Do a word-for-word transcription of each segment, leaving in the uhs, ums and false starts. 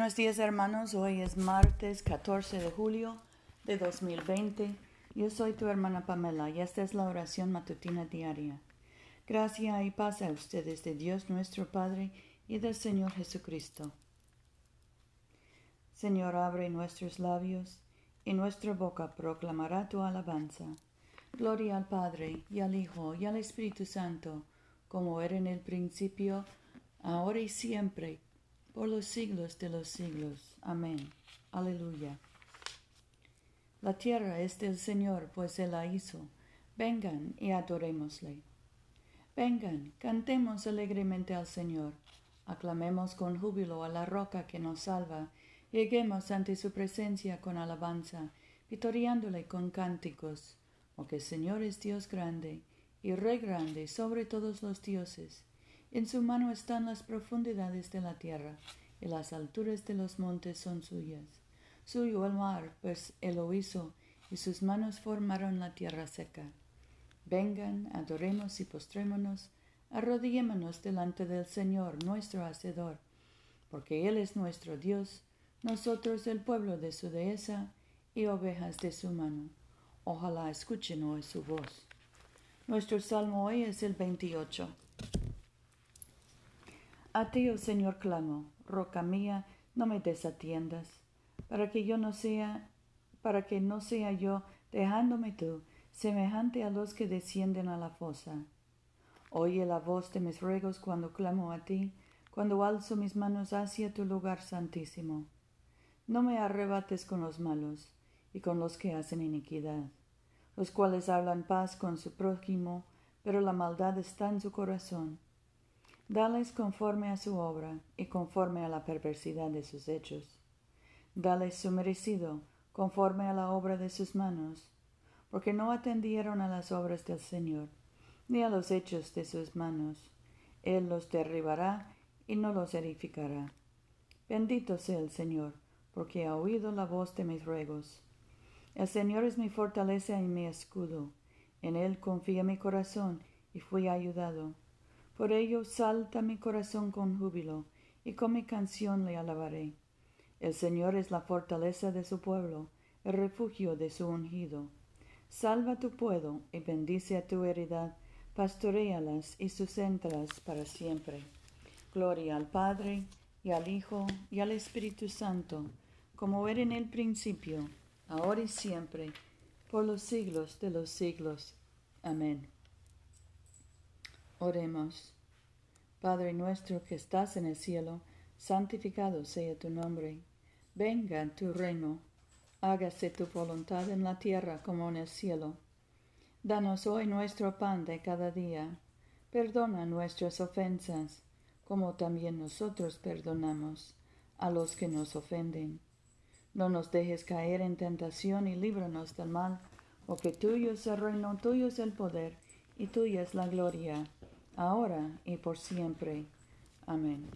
Buenos días, hermanos. Hoy es martes catorce de julio de dos mil veinte. Yo soy tu hermana Pamela y esta es la oración matutina diaria. Gracia y paz a ustedes de Dios nuestro Padre y del Señor Jesucristo. Señor, abre nuestros labios y nuestra boca proclamará tu alabanza. Gloria al Padre y al Hijo y al Espíritu Santo, como era en el principio, ahora y siempre, por los siglos de los siglos. Amén. Aleluya. La tierra es del Señor, pues Él la hizo. Vengan y adorémosle. Vengan, cantemos alegremente al Señor. Aclamemos con júbilo a la roca que nos salva. Lleguemos ante su presencia con alabanza, vitoriándole con cánticos. Porque el Señor es Dios grande, y Rey grande sobre todos los dioses. En su mano están las profundidades de la tierra, y las alturas de los montes son suyas. Suyo el mar, pues Él lo hizo, y sus manos formaron la tierra seca. Vengan, adoremos y postrémonos, arrodillémonos delante del Señor, nuestro Hacedor, porque Él es nuestro Dios, nosotros el pueblo de su dehesa, y ovejas de su mano. Ojalá escuchen hoy su voz. Nuestro salmo hoy es el veintiocho. A ti, oh Señor, clamo, roca mía, no me desatiendas, para que yo no sea, para que no sea yo, dejándome tú, semejante a los que descienden a la fosa. Oye la voz de mis ruegos cuando clamo a ti, cuando alzo mis manos hacia tu lugar santísimo. No me arrebates con los malos y con los que hacen iniquidad, los cuales hablan paz con su prójimo, pero la maldad está en su corazón. Dales conforme a su obra y conforme a la perversidad de sus hechos. Dales su merecido conforme a la obra de sus manos, porque no atendieron a las obras del Señor, ni a los hechos de sus manos. Él los derribará y no los edificará. Bendito sea el Señor, porque ha oído la voz de mis ruegos. El Señor es mi fortaleza y mi escudo. En Él confía mi corazón y fui ayudado. Por ello salta mi corazón con júbilo, y con mi canción le alabaré. El Señor es la fortaleza de su pueblo, el refugio de su ungido. Salva tu pueblo y bendice a tu heredad, pastoréalas y sustentas para siempre. Gloria al Padre, y al Hijo, y al Espíritu Santo, como era en el principio, ahora y siempre, por los siglos de los siglos. Amén. Oremos. Padre nuestro que estás en el cielo, santificado sea tu nombre. Venga tu reino. Hágase tu voluntad en la tierra como en el cielo. Danos hoy nuestro pan de cada día. Perdona nuestras ofensas, como también nosotros perdonamos a los que nos ofenden. No nos dejes caer en tentación y líbranos del mal, porque tuyo es el reino, tuyo es el poder, y tuya es la gloria, ahora y por siempre. Amén.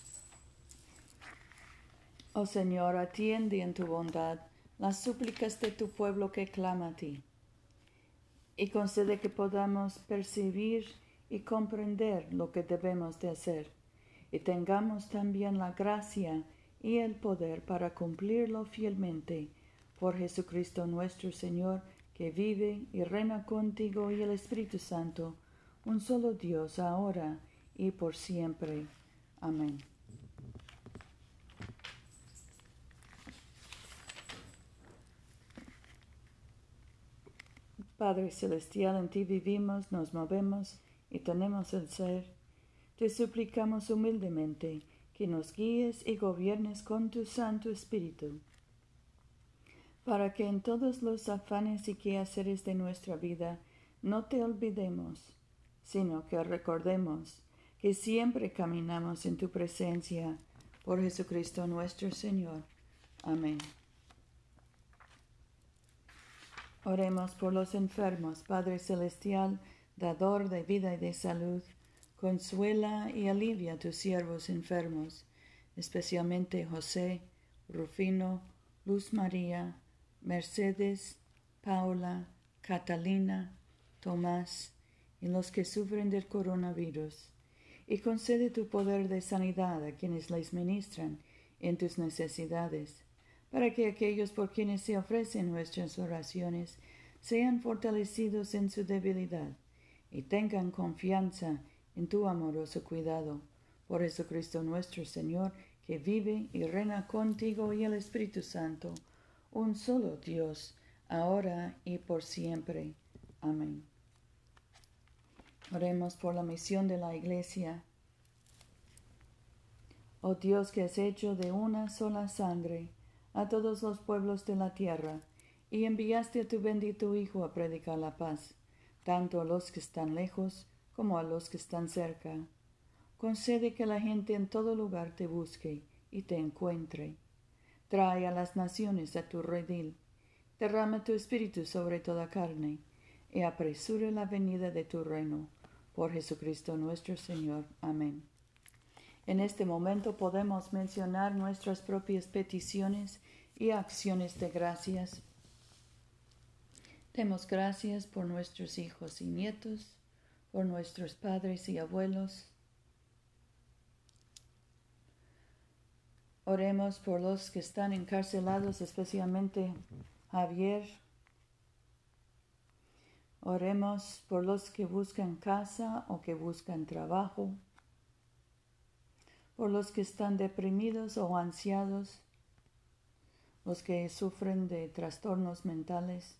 Oh Señor, atiende en tu bondad las súplicas de tu pueblo que clama a ti, y concede que podamos percibir y comprender lo que debemos de hacer, y tengamos también la gracia y el poder para cumplirlo fielmente, por Jesucristo nuestro Señor, que vive y reina contigo y el Espíritu Santo, un solo Dios, ahora y por siempre. Amén. Padre Celestial, en ti vivimos, nos movemos y tenemos el ser. Te suplicamos humildemente que nos guíes y gobiernes con tu Santo Espíritu, para que en todos los afanes y quehaceres de nuestra vida no te olvidemos, sino que recordemos que siempre caminamos en tu presencia, por Jesucristo nuestro Señor. Amén. Oremos por los enfermos. Padre Celestial, dador de vida y de salud, consuela y alivia a tus siervos enfermos, especialmente José, Rufino, Luz María, Mercedes, Paula, Catalina, Tomás, y los que sufren del coronavirus, y concede tu poder de sanidad a quienes les ministran, en tus necesidades, para que aquellos por quienes se ofrecen nuestras oraciones sean fortalecidos en su debilidad y tengan confianza en tu amoroso cuidado. Por Jesucristo nuestro Señor, que vive y reina contigo y el Espíritu Santo, un solo Dios, ahora y por siempre. Amén. Oremos por la misión de la Iglesia. Oh Dios, que has hecho de una sola sangre a todos los pueblos de la tierra, y enviaste a tu bendito Hijo a predicar la paz, tanto a los que están lejos como a los que están cerca. Concede que la gente en todo lugar te busque y te encuentre. Trae a las naciones a tu redil. Derrama tu espíritu sobre toda carne, y apresure la venida de tu reino. Por Jesucristo nuestro Señor. Amén. En este momento podemos mencionar nuestras propias peticiones y acciones de gracias. Demos gracias por nuestros hijos y nietos, por nuestros padres y abuelos. Oremos por los que están encarcelados, especialmente Javier. Oremos por los que buscan casa o que buscan trabajo, por los que están deprimidos o ansiados, los que sufren de trastornos mentales.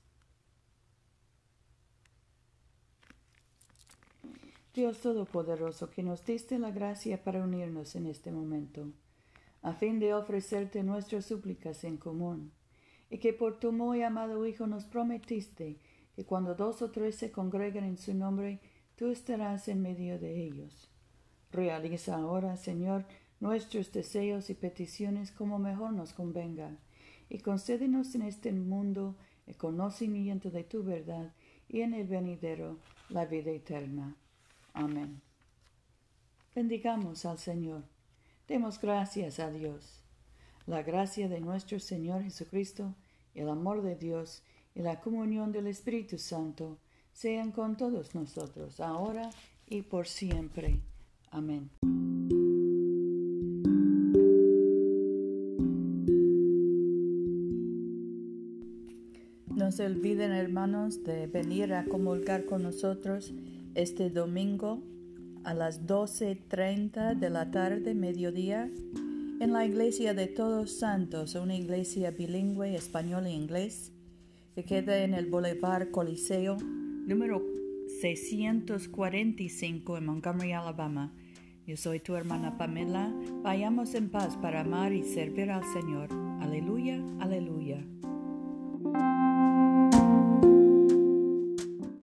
Dios Todopoderoso, que nos diste la gracia para unirnos en este momento, a fin de ofrecerte nuestras súplicas en común, y que por tu muy amado Hijo nos prometiste que cuando dos o tres se congregan en su nombre, tú estarás en medio de ellos. Realiza ahora, Señor, nuestros deseos y peticiones como mejor nos convenga, y concédenos en este mundo el conocimiento de tu verdad y en el venidero la vida eterna. Amén. Bendigamos al Señor. Demos gracias a Dios. La gracia de nuestro Señor Jesucristo, el amor de Dios y la comunión del Espíritu Santo sean con todos nosotros, ahora y por siempre. Amén. No se olviden, hermanos, de venir a comulgar con nosotros este domingo a las doce treinta de la tarde, mediodía, en la Iglesia de Todos Santos, una iglesia bilingüe, español e inglés, que queda en el Boulevard Coliseo, número seiscientos cuarenta y cinco en Montgomery, Alabama. Yo soy tu hermana Pamela. Vayamos en paz para amar y servir al Señor. Aleluya, aleluya.